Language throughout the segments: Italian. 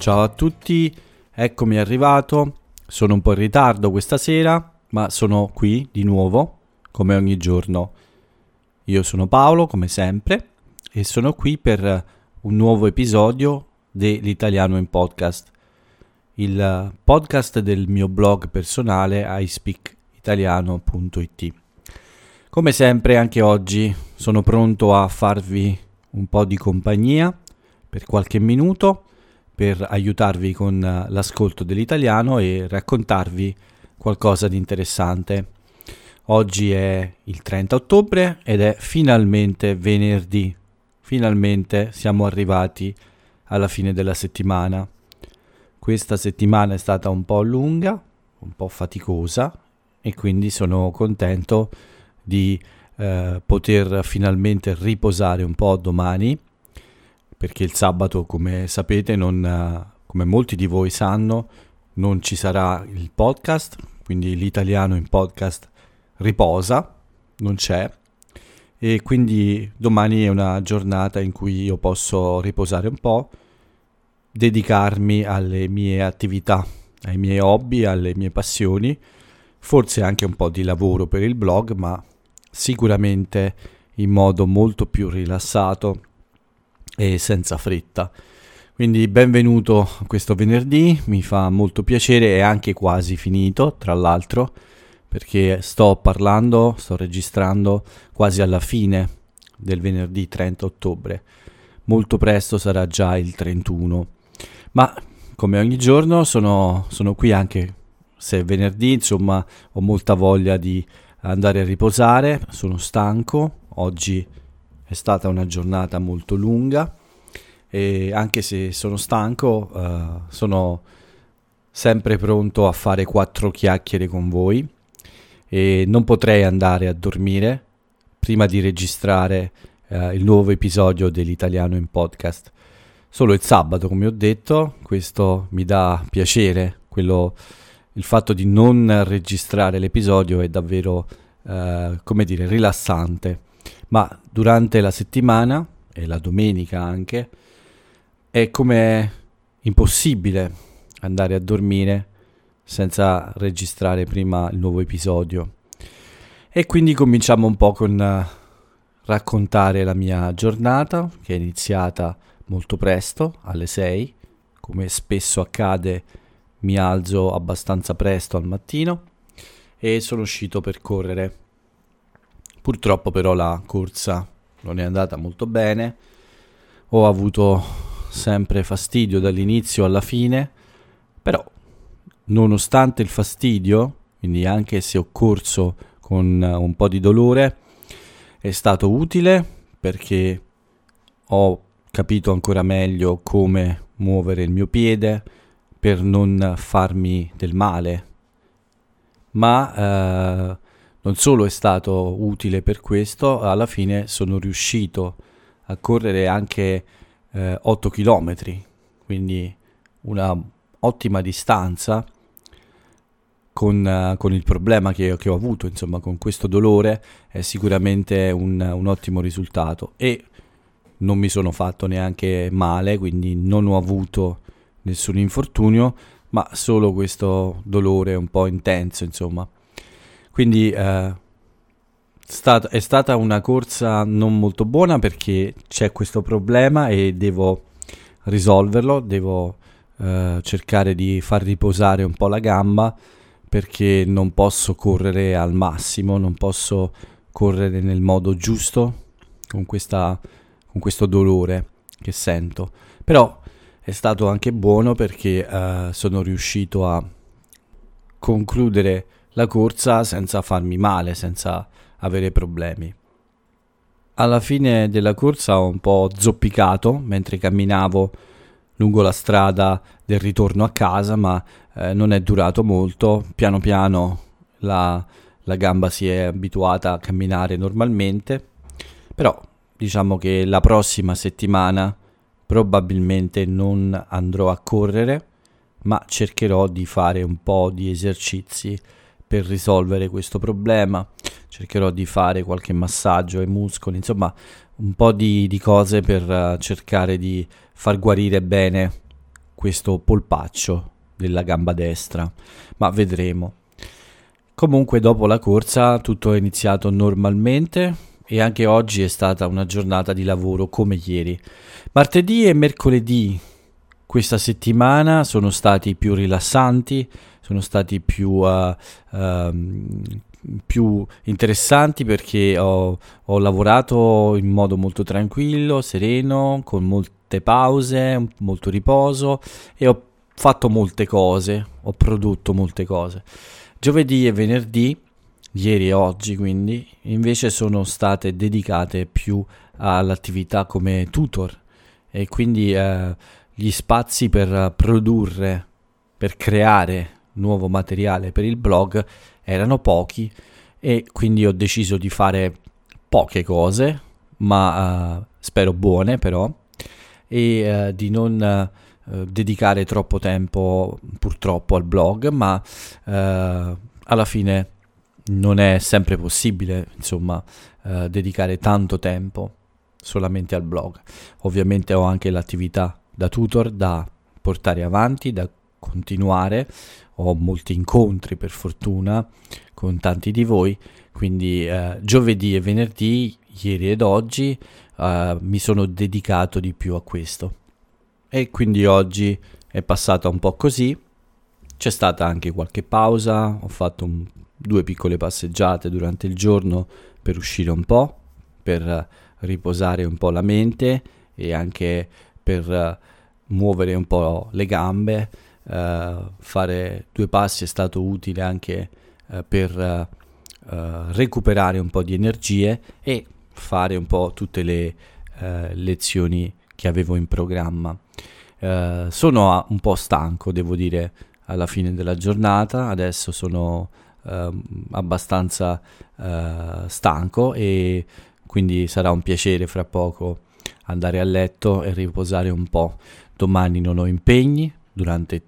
Ciao a tutti, eccomi arrivato, sono un po' in ritardo questa sera, ma sono qui di nuovo, come ogni giorno. Io sono Paolo, come sempre, e sono qui per un nuovo episodio dell'Italiano in Podcast, il podcast del mio blog personale ispeakitaliano.it. Come sempre anche oggi sono pronto a farvi un po' di compagnia per qualche minuto, per aiutarvi con l'ascolto dell'italiano e raccontarvi qualcosa di interessante. Oggi è il 30 ottobre ed è finalmente venerdì. Finalmente siamo arrivati alla fine della settimana. Questa settimana è stata un po' lunga, un po' faticosa e quindi sono contento di poter finalmente riposare un po' domani, perché il sabato, come sapete, come molti di voi sanno, non ci sarà il podcast, quindi l'Italiano in Podcast riposa, non c'è, e quindi domani è una giornata in cui io posso riposare un po', dedicarmi alle mie attività, ai miei hobby, alle mie passioni, forse anche un po' di lavoro per il blog, ma sicuramente in modo molto più rilassato e senza fretta. Quindi benvenuto questo venerdì, mi fa molto piacere, è anche quasi finito tra l'altro, perché sto registrando quasi alla fine del venerdì 30 ottobre, molto presto sarà già il 31, ma come ogni giorno sono qui, anche se è venerdì, insomma ho molta voglia di andare a riposare, sono stanco, oggi è stata una giornata molto lunga e anche se sono stanco sono sempre pronto a fare 4 chiacchiere con voi e non potrei andare a dormire prima di registrare il nuovo episodio dell'Italiano in Podcast. Solo il sabato, come ho detto, questo mi dà piacere, il fatto di non registrare l'episodio è davvero rilassante. Ma durante la settimana e la domenica anche è come impossibile andare a dormire senza registrare prima il nuovo episodio. E quindi cominciamo un po' con raccontare la mia giornata, che è iniziata molto presto, alle 6. Come spesso accade, mi alzo abbastanza presto al mattino e sono uscito per correre. Purtroppo però la corsa non è andata molto bene, ho avuto sempre fastidio dall'inizio alla fine, però nonostante il fastidio, quindi anche se ho corso con un po' di dolore, è stato utile perché ho capito ancora meglio come muovere il mio piede per non farmi del male, ma non solo è stato utile per questo, alla fine sono riuscito a correre anche 8 chilometri, quindi una ottima distanza con il problema che ho avuto, insomma, con questo dolore è sicuramente un ottimo risultato e non mi sono fatto neanche male, quindi non ho avuto nessun infortunio, ma solo questo dolore un po' intenso, insomma. Quindi è stata una corsa non molto buona perché c'è questo problema e devo risolverlo, devo cercare di far riposare un po' la gamba perché non posso correre al massimo, non posso correre nel modo giusto con questo dolore che sento. Però è stato anche buono perché sono riuscito a concludere la corsa senza farmi male, senza avere problemi. Alla fine della corsa ho un po' zoppicato mentre camminavo lungo la strada del ritorno a casa, ma non è durato molto. Piano piano la gamba si è abituata a camminare normalmente, però diciamo che la prossima settimana probabilmente non andrò a correre, ma cercherò di fare un po' di esercizi per risolvere questo problema. Cercherò di fare qualche massaggio ai muscoli, insomma un po' di cose per cercare di far guarire bene questo polpaccio della gamba destra, ma vedremo. Comunque dopo la corsa tutto è iniziato normalmente e anche oggi è stata una giornata di lavoro come ieri. Martedì e mercoledì questa settimana sono stati più rilassanti, sono stati più interessanti perché ho lavorato in modo molto tranquillo, sereno, con molte pause, molto riposo e ho fatto molte cose, ho prodotto molte cose. Giovedì e venerdì, ieri e oggi quindi, invece sono state dedicate più all'attività come tutor e quindi gli spazi per produrre, per creare nuovo materiale per il blog erano pochi e quindi ho deciso di fare poche cose, ma spero buone però, e di non dedicare troppo tempo purtroppo al blog, ma alla fine non è sempre possibile, insomma, dedicare tanto tempo solamente al blog. Ovviamente ho anche l'attività da tutor da portare avanti, da continuare. Ho molti incontri per fortuna con tanti di voi, quindi giovedì e venerdì, ieri ed oggi, mi sono dedicato di più a questo. E quindi oggi è passata un po' così, c'è stata anche qualche pausa, ho fatto 2 piccole passeggiate durante il giorno per uscire un po', per riposare un po' la mente e anche per muovere un po' le gambe. Fare 2 passi è stato utile anche per recuperare un po' di energie e fare un po' tutte le lezioni che avevo in programma. Sono un po' stanco, devo dire, alla fine della giornata. Adesso sono abbastanza stanco e quindi sarà un piacere fra poco andare a letto e riposare un po'. Domani non ho impegni durante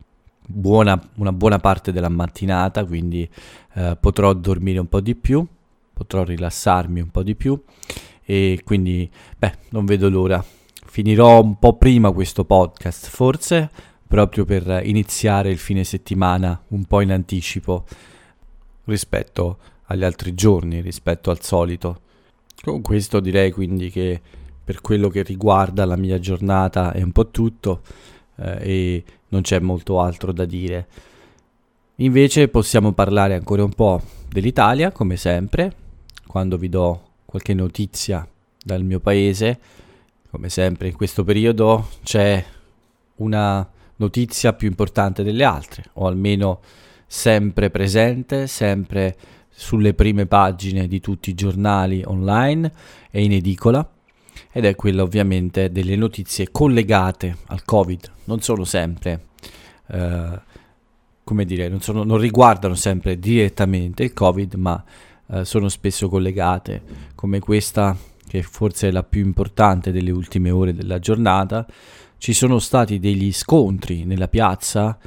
una buona parte della mattinata, quindi potrò dormire un po' di più, potrò rilassarmi un po' di più e quindi non vedo l'ora. Finirò un po' prima questo podcast, forse, proprio per iniziare il fine settimana un po' in anticipo rispetto agli altri giorni, rispetto al solito. Con questo direi quindi che per quello che riguarda la mia giornata è un po' tutto e non c'è molto altro da dire. Invece possiamo parlare ancora un po' dell'Italia, come sempre, quando vi do qualche notizia dal mio paese. Come sempre in questo periodo c'è una notizia più importante delle altre, o almeno sempre presente, sempre sulle prime pagine di tutti i giornali online e in edicola, ed è quella ovviamente delle notizie collegate al Covid. Non sono sempre, non riguardano sempre direttamente il Covid, ma sono spesso collegate, come questa che forse è la più importante delle ultime ore della giornata. Ci sono stati degli scontri in piazza,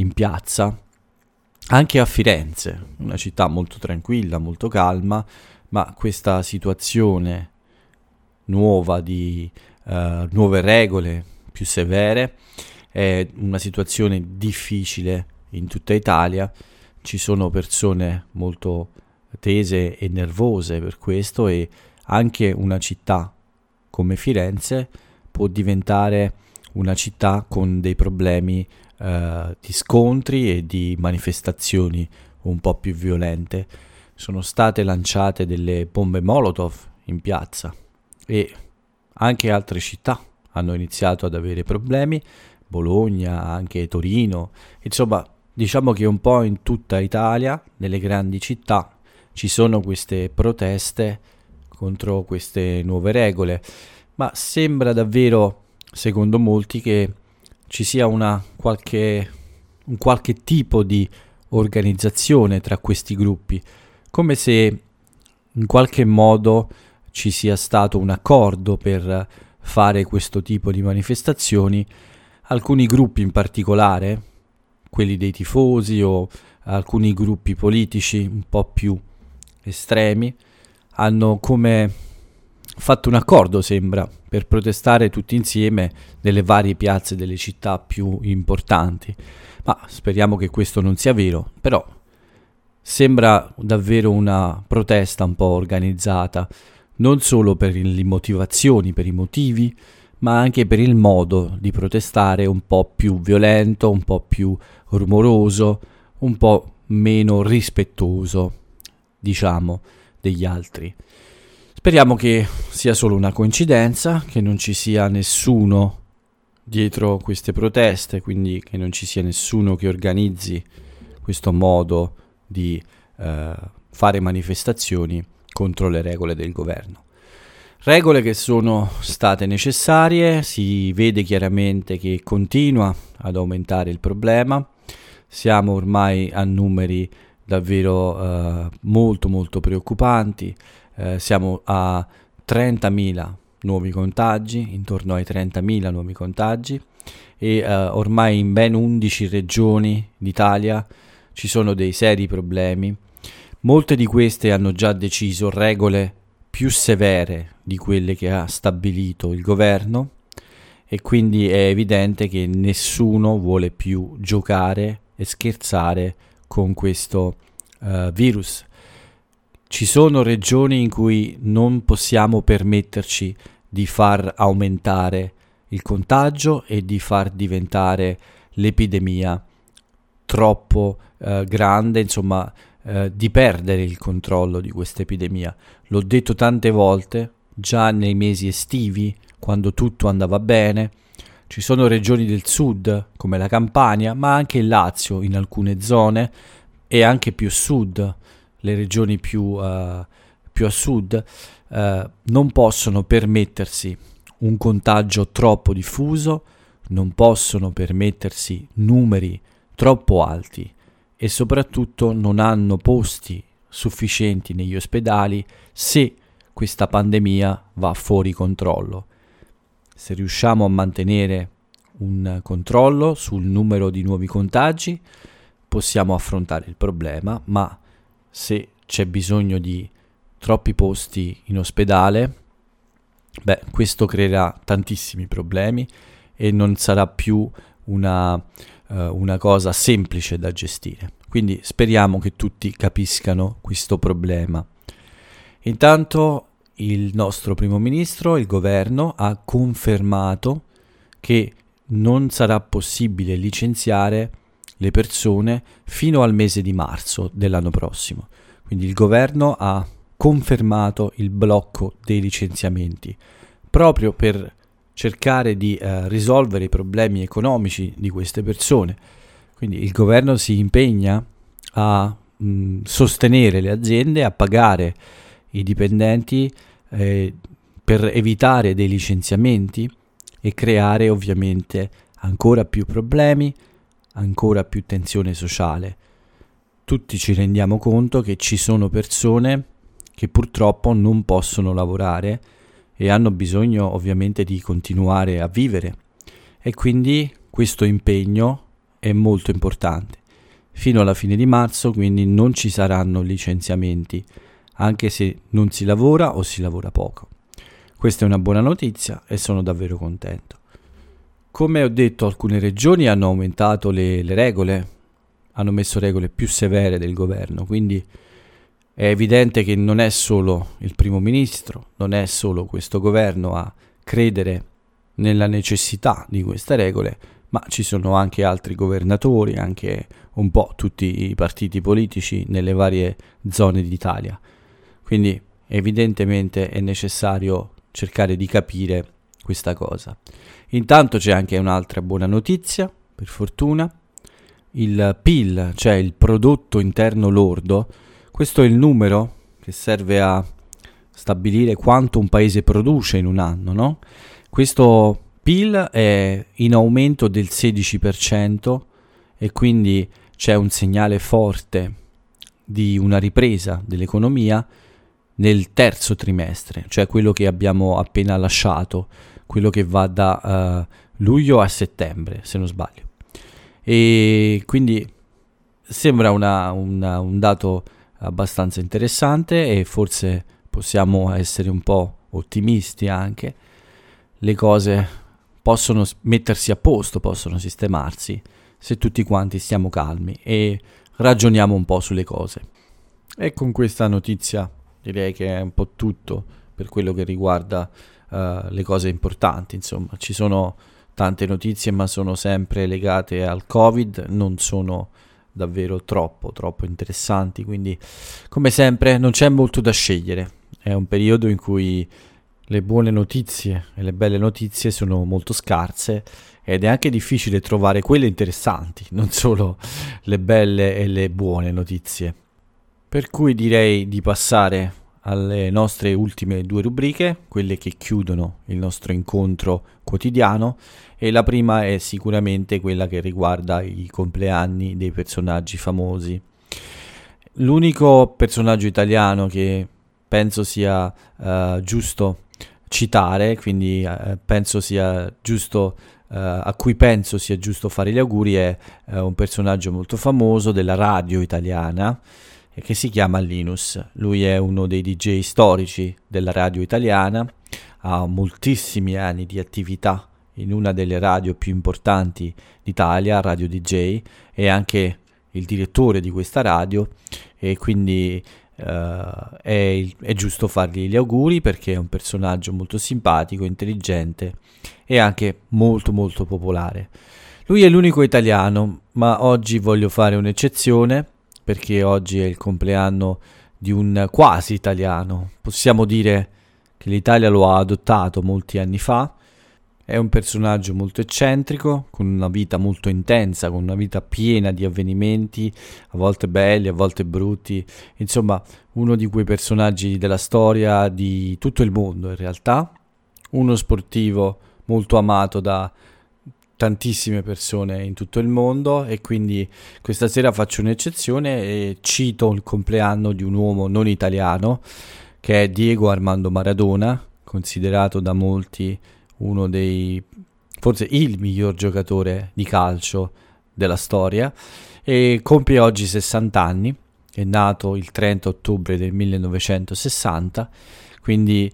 anche a Firenze, una città molto tranquilla, molto calma, ma questa situazione nuova di nuove regole più severe è una situazione difficile in tutta Italia. Ci sono persone molto tese e nervose per questo e anche una città come Firenze può diventare una città con dei problemi di scontri e di manifestazioni un po' più violente. Sono state lanciate delle bombe Molotov in piazza e anche altre città hanno iniziato ad avere problemi, Bologna, anche Torino. Insomma, diciamo che un po' in tutta Italia, nelle grandi città, ci sono queste proteste contro queste nuove regole, ma sembra davvero, secondo molti, che ci sia un qualche tipo di organizzazione tra questi gruppi, come se in qualche modo ci sia stato un accordo per fare questo tipo di manifestazioni. Alcuni gruppi in particolare, quelli dei tifosi o alcuni gruppi politici un po' più estremi, hanno come fatto un accordo, sembra, per protestare tutti insieme nelle varie piazze delle città più importanti. Ma speriamo che questo non sia vero, però sembra davvero una protesta un po' organizzata, non solo per le motivazioni, per i motivi, ma anche per il modo di protestare un po' più violento, un po' più rumoroso, un po' meno rispettoso, diciamo, degli altri. Speriamo che sia solo una coincidenza, che non ci sia nessuno dietro queste proteste, quindi che non ci sia nessuno che organizzi questo modo di fare manifestazioni contro le regole del governo. Regole che sono state necessarie, si vede chiaramente che continua ad aumentare il problema, siamo ormai a numeri davvero molto molto preoccupanti, siamo a 30.000 nuovi contagi, intorno ai 30.000 nuovi contagi e ormai in ben 11 regioni d'Italia ci sono dei seri problemi. Molte di queste hanno già deciso regole più severe di quelle che ha stabilito il governo e quindi è evidente che nessuno vuole più giocare e scherzare con questo virus. Ci sono regioni in cui non possiamo permetterci di far aumentare il contagio e di far diventare l'epidemia troppo grande, insomma, di perdere il controllo di questa epidemia. L'ho detto tante volte, già nei mesi estivi, quando tutto andava bene. Ci sono regioni del sud, come la Campania, ma anche il Lazio in alcune zone e anche più sud, le regioni più a sud, non possono permettersi un contagio troppo diffuso, non possono permettersi numeri troppo alti e soprattutto non hanno posti sufficienti negli ospedali se questa pandemia va fuori controllo. Se riusciamo a mantenere un controllo sul numero di nuovi contagi, possiamo affrontare il problema, ma se c'è bisogno di troppi posti in ospedale, questo creerà tantissimi problemi e non sarà più una cosa semplice da gestire. Quindi speriamo che tutti capiscano questo problema. Intanto il nostro primo ministro, il governo, ha confermato che non sarà possibile licenziare le persone fino al mese di marzo dell'anno prossimo. Quindi il governo ha confermato il blocco dei licenziamenti proprio per cercare di risolvere i problemi economici di queste persone. Quindi il governo si impegna a sostenere le aziende, a pagare i dipendenti per evitare dei licenziamenti e creare ovviamente ancora più problemi, ancora più tensione sociale. Tutti ci rendiamo conto che ci sono persone che purtroppo non possono lavorare e hanno bisogno ovviamente di continuare a vivere e quindi questo impegno è molto importante. Fino alla fine di marzo quindi non ci saranno licenziamenti, anche se non si lavora o si lavora poco. Questa è una buona notizia e sono davvero contento. Come ho detto, alcune regioni hanno aumentato le regole, hanno messo regole più severe del governo, quindi è evidente che non è solo il primo ministro, non è solo questo governo a credere nella necessità di queste regole, ma ci sono anche altri governatori, anche un po' tutti i partiti politici nelle varie zone d'Italia. Quindi evidentemente è necessario cercare di capire questa cosa. Intanto c'è anche un'altra buona notizia, per fortuna. Il PIL, cioè il prodotto interno lordo, questo è il numero che serve a stabilire quanto un paese produce in un anno, no? Questo PIL è in aumento del 16% e quindi c'è un segnale forte di una ripresa dell'economia nel terzo trimestre, cioè quello che abbiamo appena lasciato, quello che va da luglio a settembre, se non sbaglio. E quindi sembra un dato abbastanza interessante e forse possiamo essere un po' ottimisti anche, le cose possono mettersi a posto, possono sistemarsi, se tutti quanti stiamo calmi e ragioniamo un po' sulle cose. E con questa notizia direi che è un po' tutto per quello che riguarda le cose importanti. Insomma, ci sono tante notizie, ma sono sempre legate al Covid, non sono davvero troppo interessanti, quindi come sempre non c'è molto da scegliere. È un periodo in cui le buone notizie e le belle notizie sono molto scarse ed è anche difficile trovare quelle interessanti, non solo le belle e le buone notizie. Per cui direi di passare alle nostre ultime due rubriche, quelle che chiudono il nostro incontro quotidiano, e la prima è sicuramente quella che riguarda i compleanni dei personaggi famosi. L'unico personaggio italiano che penso sia giusto citare, quindi penso sia giusto, a cui penso sia giusto fare gli auguri, è un personaggio molto famoso della radio italiana, che si chiama Linus. Lui è uno dei DJ storici della radio italiana, ha moltissimi anni di attività in una delle radio più importanti d'Italia, Radio DJ, è anche il direttore di questa radio e quindi è giusto fargli gli auguri perché è un personaggio molto simpatico, intelligente e anche molto popolare. Lui è l'unico italiano, ma oggi voglio fare un'eccezione perché oggi è il compleanno di un quasi italiano. Possiamo dire che l'Italia lo ha adottato molti anni fa. È un personaggio molto eccentrico, con una vita molto intensa, con una vita piena di avvenimenti, a volte belli, a volte brutti. Insomma, uno di quei personaggi della storia di tutto il mondo in realtà. Uno sportivo molto amato da tantissime persone in tutto il mondo e quindi questa sera faccio un'eccezione e cito il compleanno di un uomo non italiano che è Diego Armando Maradona, considerato da molti uno dei, forse il miglior giocatore di calcio della storia, e compie oggi 60 anni, è nato il 30 ottobre del 1960, quindi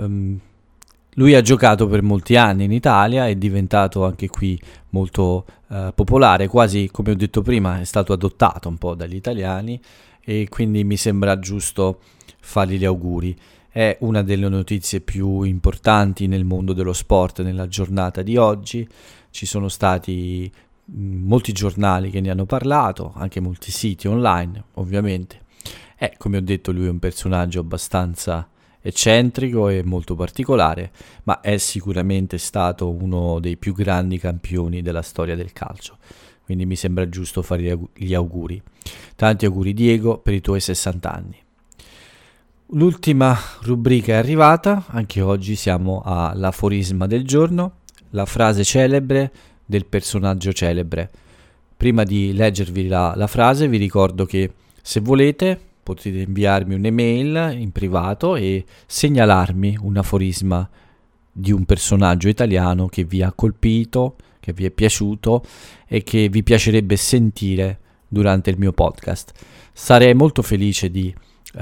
lui ha giocato per molti anni in Italia, è diventato anche qui molto popolare, quasi come ho detto prima è stato adottato un po' dagli italiani e quindi mi sembra giusto fargli gli auguri. È una delle notizie più importanti nel mondo dello sport nella giornata di oggi, ci sono stati molti giornali che ne hanno parlato, anche molti siti online ovviamente. Come ho detto, lui è un personaggio abbastanza eccentrico e molto particolare, ma è sicuramente stato uno dei più grandi campioni della storia del calcio, quindi mi sembra giusto fare gli auguri. Tanti auguri Diego per i tuoi 60 anni. L'ultima rubrica è arrivata, anche oggi siamo all'aforisma del giorno, la frase celebre del personaggio celebre. Prima di leggervi la frase vi ricordo che se volete potete inviarmi un'email in privato e segnalarmi un aforisma di un personaggio italiano che vi ha colpito, che vi è piaciuto e che vi piacerebbe sentire durante il mio podcast. Sarei molto felice di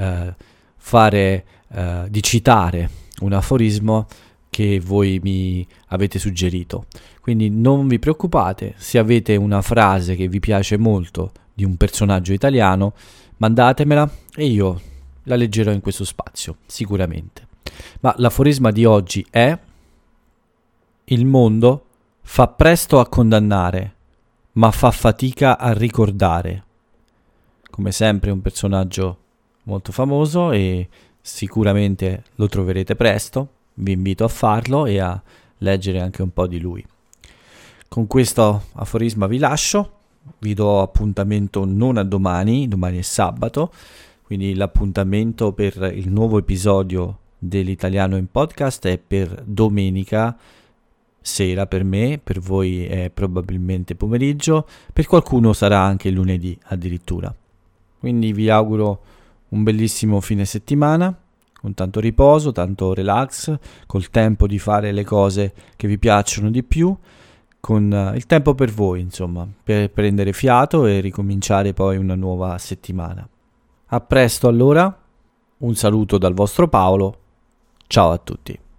citare un aforismo che voi mi avete suggerito. Quindi non vi preoccupate, se avete una frase che vi piace molto di un personaggio italiano, mandatemela e io la leggerò in questo spazio, sicuramente. Ma l'aforisma di oggi è: il mondo fa presto a condannare, ma fa fatica a ricordare. Come sempre un personaggio molto famoso e sicuramente lo troverete presto. Vi invito a farlo e a leggere anche un po' di lui. Con questo aforisma vi lascio. Vi do appuntamento non a domani è sabato, quindi l'appuntamento per il nuovo episodio dell'Italiano in Podcast è per domenica sera per me, per voi è probabilmente pomeriggio, per qualcuno sarà anche lunedì addirittura. Quindi vi auguro un bellissimo fine settimana, con tanto riposo, tanto relax, col tempo di fare le cose che vi piacciono di più, con il tempo per voi, insomma, per prendere fiato e ricominciare poi una nuova settimana. A presto allora, un saluto dal vostro Paolo, ciao a tutti.